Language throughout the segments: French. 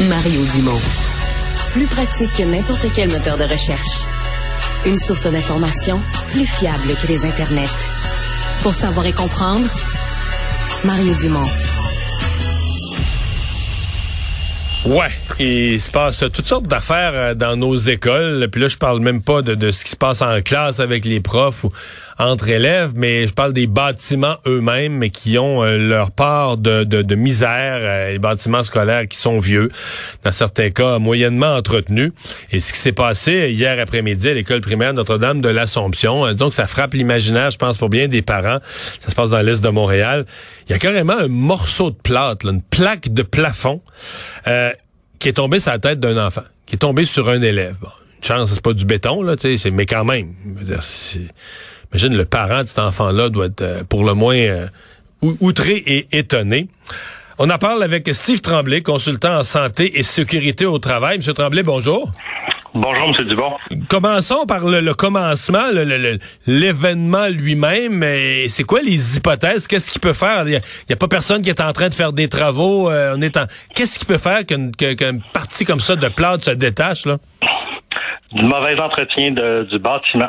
Mario Dumont. Plus pratique que n'importe quel moteur de recherche. Une source d'information plus fiable que les internets. Pour savoir et comprendre, Mario Dumont. Ouais, il se passe toutes sortes d'affaires dans nos écoles. Puis là, je parle même pas de ce qui se passe en classe avec les profs ou entre élèves, mais je parle des bâtiments eux-mêmes, mais qui ont leur part de misère, les bâtiments scolaires qui sont vieux, dans certains cas moyennement entretenus. Et ce qui s'est passé hier après-midi à l'école primaire Notre-Dame de l'Assomption, disons que ça frappe l'imaginaire, je pense, pour bien des parents. Ça se passe dans l'est de Montréal. Il y a carrément un morceau de plâtre, là, une plaque de plafond, qui est tombé sur la tête d'un enfant, qui est tombé sur un élève. Bon, une chance, c'est pas du béton, là, tu sais, mais quand même. Imagine, le parent de cet enfant-là doit être pour le moins outré et étonné. On en parle avec Steve Tremblay, consultant en santé et sécurité au travail. Monsieur Tremblay, bonjour. Bonjour, M. Dubon. Commençons par le commencement, l'événement lui-même. C'est quoi les hypothèses? Qu'est-ce qu'il peut faire? Il y a pas personne qui est en train de faire des travaux. Qu'est-ce qu'il peut faire qu'une partie comme ça de plâtre se détache, là? Du mauvais entretien du bâtiment.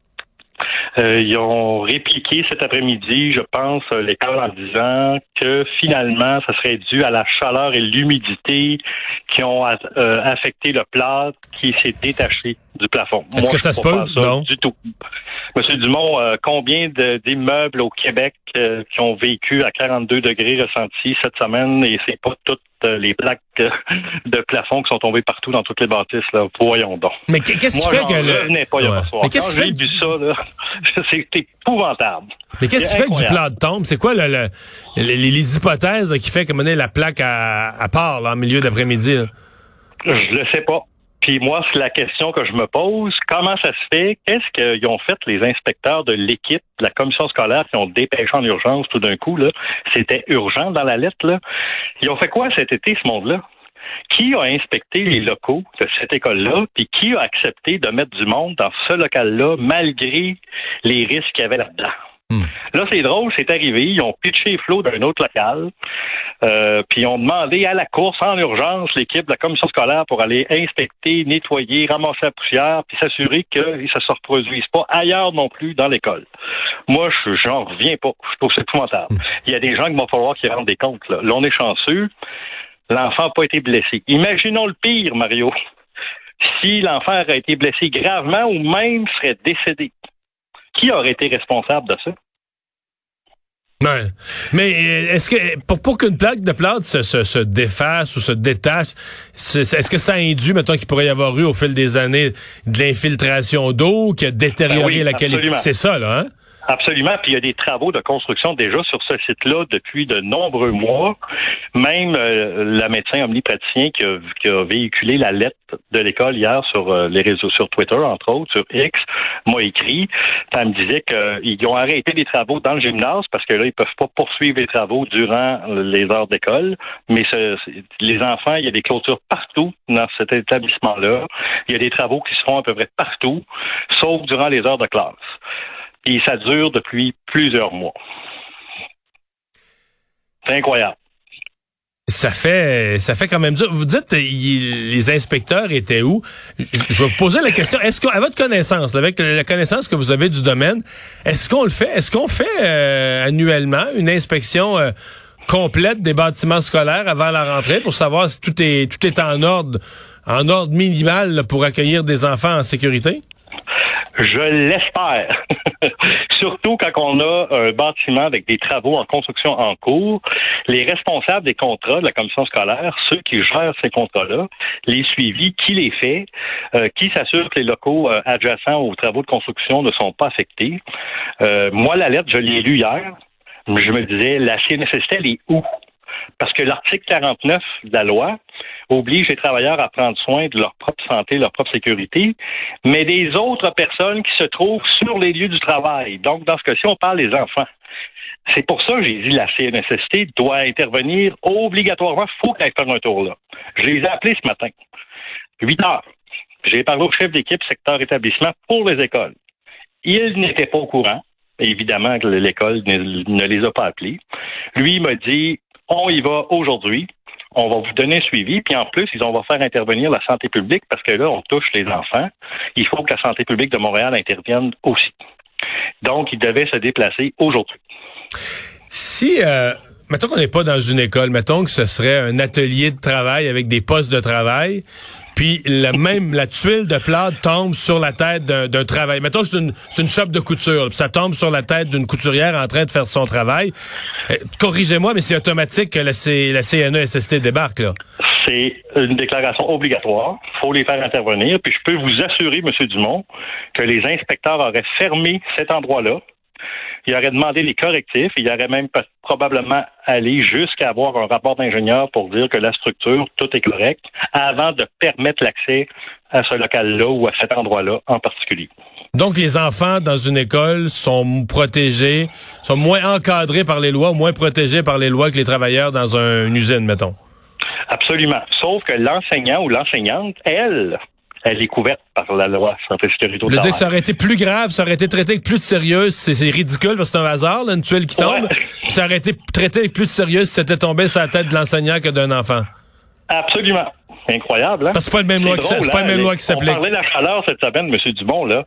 Ils ont répliqué cet après-midi, je pense, l'école en disant que finalement, ça serait dû à la chaleur et l'humidité qui ont affecté le plâtre qui s'est détaché du plafond. Est-ce que ça se peut? Non. Du tout. Monsieur Dumont, combien d'immeubles au Québec qui ont vécu à 42 degrés ressentis cette semaine et c'est pas toutes les plaques de plafond qui sont tombées partout dans toutes les bâtisses, là. Voyons donc. Mais qu'est-ce qui fait que Mais qu'est-ce qui fait vu ça, là? C'est épouvantable. Mais qu'est-ce qui fait que du plâtre tombe? C'est quoi les hypothèses là, qui fait que mener la plaque à part là, en milieu d'après-midi? Là? Je le sais pas. Puis moi, c'est la question que je me pose. Comment ça se fait? Qu'est-ce qu'ils ont fait les inspecteurs de l'équipe, de la commission scolaire, qui ont dépêché en urgence tout d'un coup, là? C'était urgent dans la lettre, là. Ils ont fait quoi cet été, ce monde-là? Qui a inspecté les locaux de cette école-là? Puis qui a accepté de mettre du monde dans ce local-là, malgré les risques qu'il y avait là-dedans? Là, c'est drôle, c'est arrivé. Ils ont pitché les flots d'un autre local. Puis ils ont demandé à la course, en urgence, l'équipe de la commission scolaire pour aller inspecter, nettoyer, ramasser la poussière, puis s'assurer qu'ils ne se reproduisent pas ailleurs non plus dans l'école. Moi, j'en reviens pas. Je trouve que c'est épouvantable. Il y a des gens qu'il va falloir qu'ils rendent des comptes. Là, on est chanceux. L'enfant n'a pas été blessé. Imaginons le pire, Mario. Si l'enfant aurait été blessé gravement ou même serait décédé. Qui aurait été responsable de ça? Ouais. Mais est-ce que pour qu'une plaque de plâtre se défasse ou se détache, est-ce que ça induit, mettons, qu'il pourrait y avoir eu au fil des années de l'infiltration d'eau qui a détérioré la qualité? Absolument. C'est ça, là, hein? Absolument. Puis il y a des travaux de construction déjà sur ce site-là depuis de nombreux mois. Même la médecin omnipraticien qui a véhiculé la lettre de l'école hier sur les réseaux, sur Twitter, entre autres, sur X, m'a écrit. Elle me disait qu'ils ont arrêté les travaux dans le gymnase parce que là, ils peuvent pas poursuivre les travaux durant les heures d'école. Mais les enfants, il y a des clôtures partout dans cet établissement-là. Il y a des travaux qui se font à peu près partout, sauf durant les heures de classe. Et ça dure depuis plusieurs mois. C'est incroyable. Ça fait quand même dur. Vous dites les inspecteurs étaient où? Je vais vous poser la question. Est-ce qu'à votre connaissance, avec la connaissance que vous avez du domaine, est-ce qu'on le fait? Est-ce qu'on fait annuellement une inspection complète des bâtiments scolaires avant la rentrée pour savoir si tout est en ordre minimal là, pour accueillir des enfants en sécurité? Je l'espère. Surtout quand on a un bâtiment avec des travaux en construction en cours, les responsables des contrats de la commission scolaire, ceux qui gèrent ces contrats-là, les suivis, qui les fait, qui s'assure que les locaux adjacents aux travaux de construction ne sont pas affectés. Moi, la lettre, je l'ai lue hier. Je me disais, la CNSST, elle est où? Parce que l'article 49 de la loi oblige les travailleurs à prendre soin de leur propre santé, leur propre sécurité, mais des autres personnes qui se trouvent sur les lieux du travail. Donc, dans ce cas-ci, on parle des enfants. C'est pour ça que j'ai dit la CNSST doit intervenir obligatoirement. Il faut qu'elle fasse un tour là. Je les ai appelés ce matin. 8 heures. J'ai parlé au chef d'équipe secteur établissement pour les écoles. Ils n'étaient pas au courant. Évidemment que l'école ne les a pas appelés. Lui, il m'a dit, on y va aujourd'hui. on va vous donner un suivi, puis en plus, on va faire intervenir la santé publique parce que là, on touche les enfants. Il faut que la santé publique de Montréal intervienne aussi. Donc, il devait se déplacer aujourd'hui. Si, mettons qu'on n'est pas dans une école, mettons que ce serait un atelier de travail avec des postes de travail, puis la tuile de plâtre tombe sur la tête d'un travail. Mettons que c'est une shop de couture, puis ça tombe sur la tête d'une couturière en train de faire son travail. Corrigez-moi, mais c'est automatique que la CNESST débarque, là. C'est une déclaration obligatoire. Il faut les faire intervenir. Puis je peux vous assurer, M. Dumont, que les inspecteurs auraient fermé cet endroit-là. Il aurait demandé les correctifs. Il aurait même probablement allé jusqu'à avoir un rapport d'ingénieur pour dire que la structure, tout est correct, avant de permettre l'accès à ce local-là ou à cet endroit-là en particulier. Donc, les enfants dans une école sont protégés, sont moins encadrés par les lois, moins protégés par les lois que les travailleurs dans une usine, mettons. Absolument. Sauf que l'enseignant ou l'enseignante, elle est couverte par la loi santé et sécurité au travail. Je veux dire que ça aurait été plus grave, ça aurait été traité avec plus de sérieux. C'est ridicule parce que c'est un hasard, là, une tuile qui tombe. Ouais. Ça aurait été traité avec plus de sérieux si c'était tombé sur la tête de l'enseignant que d'un enfant. Absolument. Incroyable, hein? Parce que c'est pas le même loi qui s'applique. On parlait de la chaleur cette semaine, M. Dumont, là.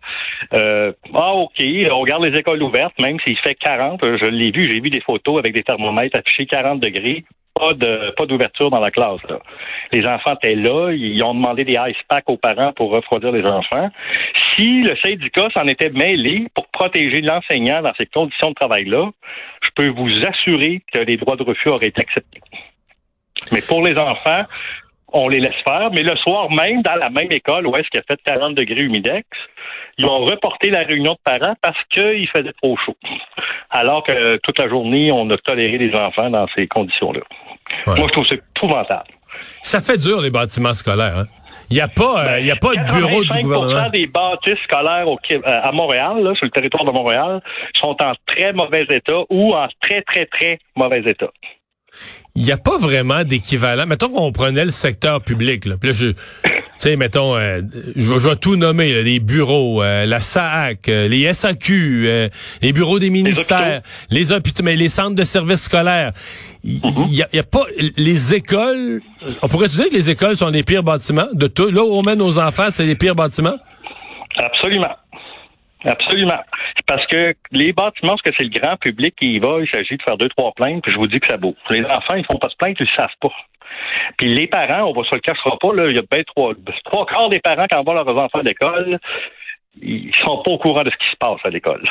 OK, on garde les écoles ouvertes, même s'il fait 40. Je l'ai vu, j'ai vu des photos avec des thermomètres affichés 40 degrés. Pas d'ouverture dans la classe, là. Les enfants étaient là, ils ont demandé des ice packs aux parents pour refroidir les enfants. Si le syndicat s'en était mêlé pour protéger l'enseignant dans ces conditions de travail-là, je peux vous assurer que les droits de refus auraient été acceptés. Mais pour les enfants, on les laisse faire, mais le soir même, dans la même école où est-ce qu'il a fait 40 degrés humidex, ils ont reporté la réunion de parents parce qu'il faisait trop chaud. Alors que toute la journée, on a toléré les enfants dans ces conditions-là. Ouais. Moi, je trouve que c'est épouvantable. Ça fait dur, les bâtiments scolaires, hein? Il n'y a pas de bureau du gouvernement. 85% des bâtisses scolaires à Montréal, là, sur le territoire de Montréal, sont en très mauvais état ou en très, très, très mauvais état. Il n'y a pas vraiment d'équivalent. Mettons qu'on prenait le secteur public, là. Puis là, tu sais, mettons, je vais tout nommer, là, les bureaux, la SAAC, les SAQ, les bureaux des ministères, les hôpitaux, mais les centres de services scolaires. Il y a pas les écoles. On pourrait dire que les écoles sont les pires bâtiments de tout. Là où on mène nos enfants, c'est les pires bâtiments. Absolument. Absolument. C'est parce que les bâtiments, parce que c'est le grand public qui y va, il s'agit de faire 2-3 plaintes, puis je vous dis que ça beau. Les enfants, ils font pas de plainte, ils le savent pas. Puis les parents, on va se le cachera pas, là, il y a bien trois quarts des parents qui envoient leurs enfants à l'école, ils sont pas au courant de ce qui se passe à l'école.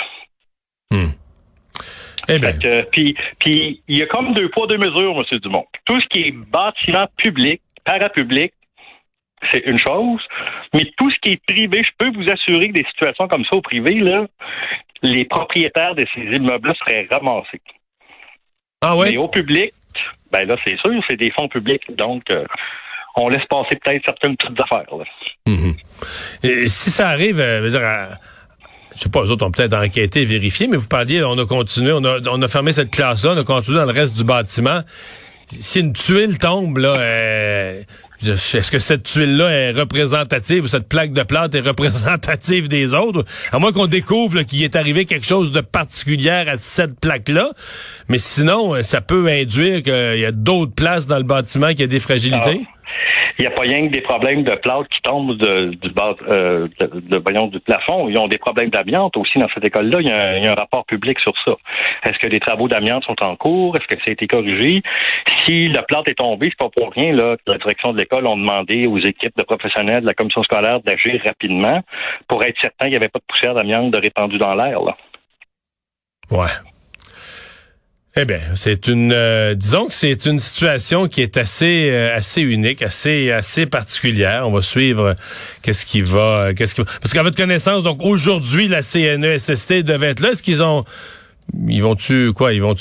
Eh bien. Puis il y a comme 2 poids, 2 mesures, M. Dumont. Tout ce qui est bâtiment public, parapublic, c'est une chose, mais tout ce qui est privé, je peux vous assurer que des situations comme ça au privé, là, les propriétaires de ces immeubles-là seraient ramassés. Ah oui? Mais au public, ben là, c'est sûr, c'est des fonds publics, donc on laisse passer peut-être certaines petites affaires. Là. Mm-hmm. Et si ça arrive, je sais pas, eux autres ont peut-être enquêté et vérifié, mais vous parliez, on a continué, on a fermé cette classe-là, on a continué dans le reste du bâtiment. Si une tuile tombe, là, est-ce que cette tuile-là est représentative ou cette plaque de plâtre est représentative des autres? À moins qu'on découvre là, qu'il est arrivé quelque chose de particulier à cette plaque-là. Mais sinon, ça peut induire qu'il y a d'autres places dans le bâtiment qui a des fragilités. Il n'y a pas rien que des problèmes de plâtre qui tombent du plafond. Ils ont des problèmes d'amiante aussi dans cette école-là. Il y a un rapport public sur ça. Est-ce que les travaux d'amiante sont en cours? Est-ce que ça a été corrigé? Si le plâtre est tombé, c'est pas pour rien là, que la direction de l'école a demandé aux équipes de professionnels de la commission scolaire d'agir rapidement pour être certain qu'il n'y avait pas de poussière d'amiante de répandue dans l'air. Là. Ouais. Eh bien, disons que c'est une situation qui est assez unique, assez particulière. On va suivre qu'est-ce qui va, parce qu'à votre connaissance, donc aujourd'hui, la CNESST devait être là. Est-ce qu'ils vont-tu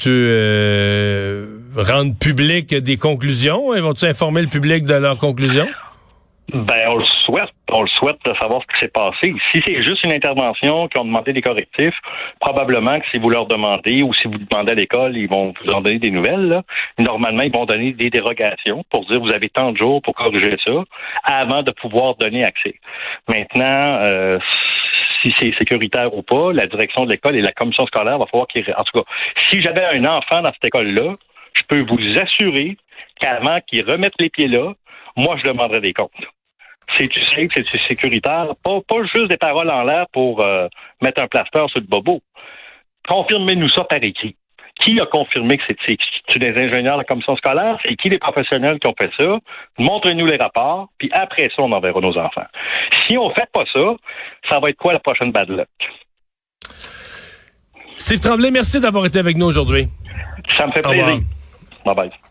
rendre public des conclusions? Ils vont-tu informer le public de leurs conclusions? Ben, on le souhaite de savoir ce qui s'est passé. Si c'est juste une intervention qui ont demandé des correctifs, probablement que si vous leur demandez ou si vous demandez à l'école, ils vont vous en donner des nouvelles, là. Normalement, ils vont donner des dérogations pour dire vous avez tant de jours pour corriger ça avant de pouvoir donner accès. Maintenant, si c'est sécuritaire ou pas, la direction de l'école et la commission scolaire va falloir en tout cas, si j'avais un enfant dans cette école-là, je peux vous assurer qu'avant qu'ils remettent les pieds là, moi, je demanderais des comptes. C'est-tu safe, c'est-tu sécuritaire? Pas juste des paroles en l'air pour mettre un plaster sur le bobo. Confirmez-nous ça par écrit. Qui a confirmé que c'est des ingénieurs de la commission scolaire? C'est qui les professionnels qui ont fait ça? Montrez-nous les rapports, puis après ça, on enverra nos enfants. Si on fait pas ça, ça va être quoi la prochaine bad luck? Steve Tremblay, merci d'avoir été avec nous aujourd'hui. Ça me fait plaisir. Bye bye.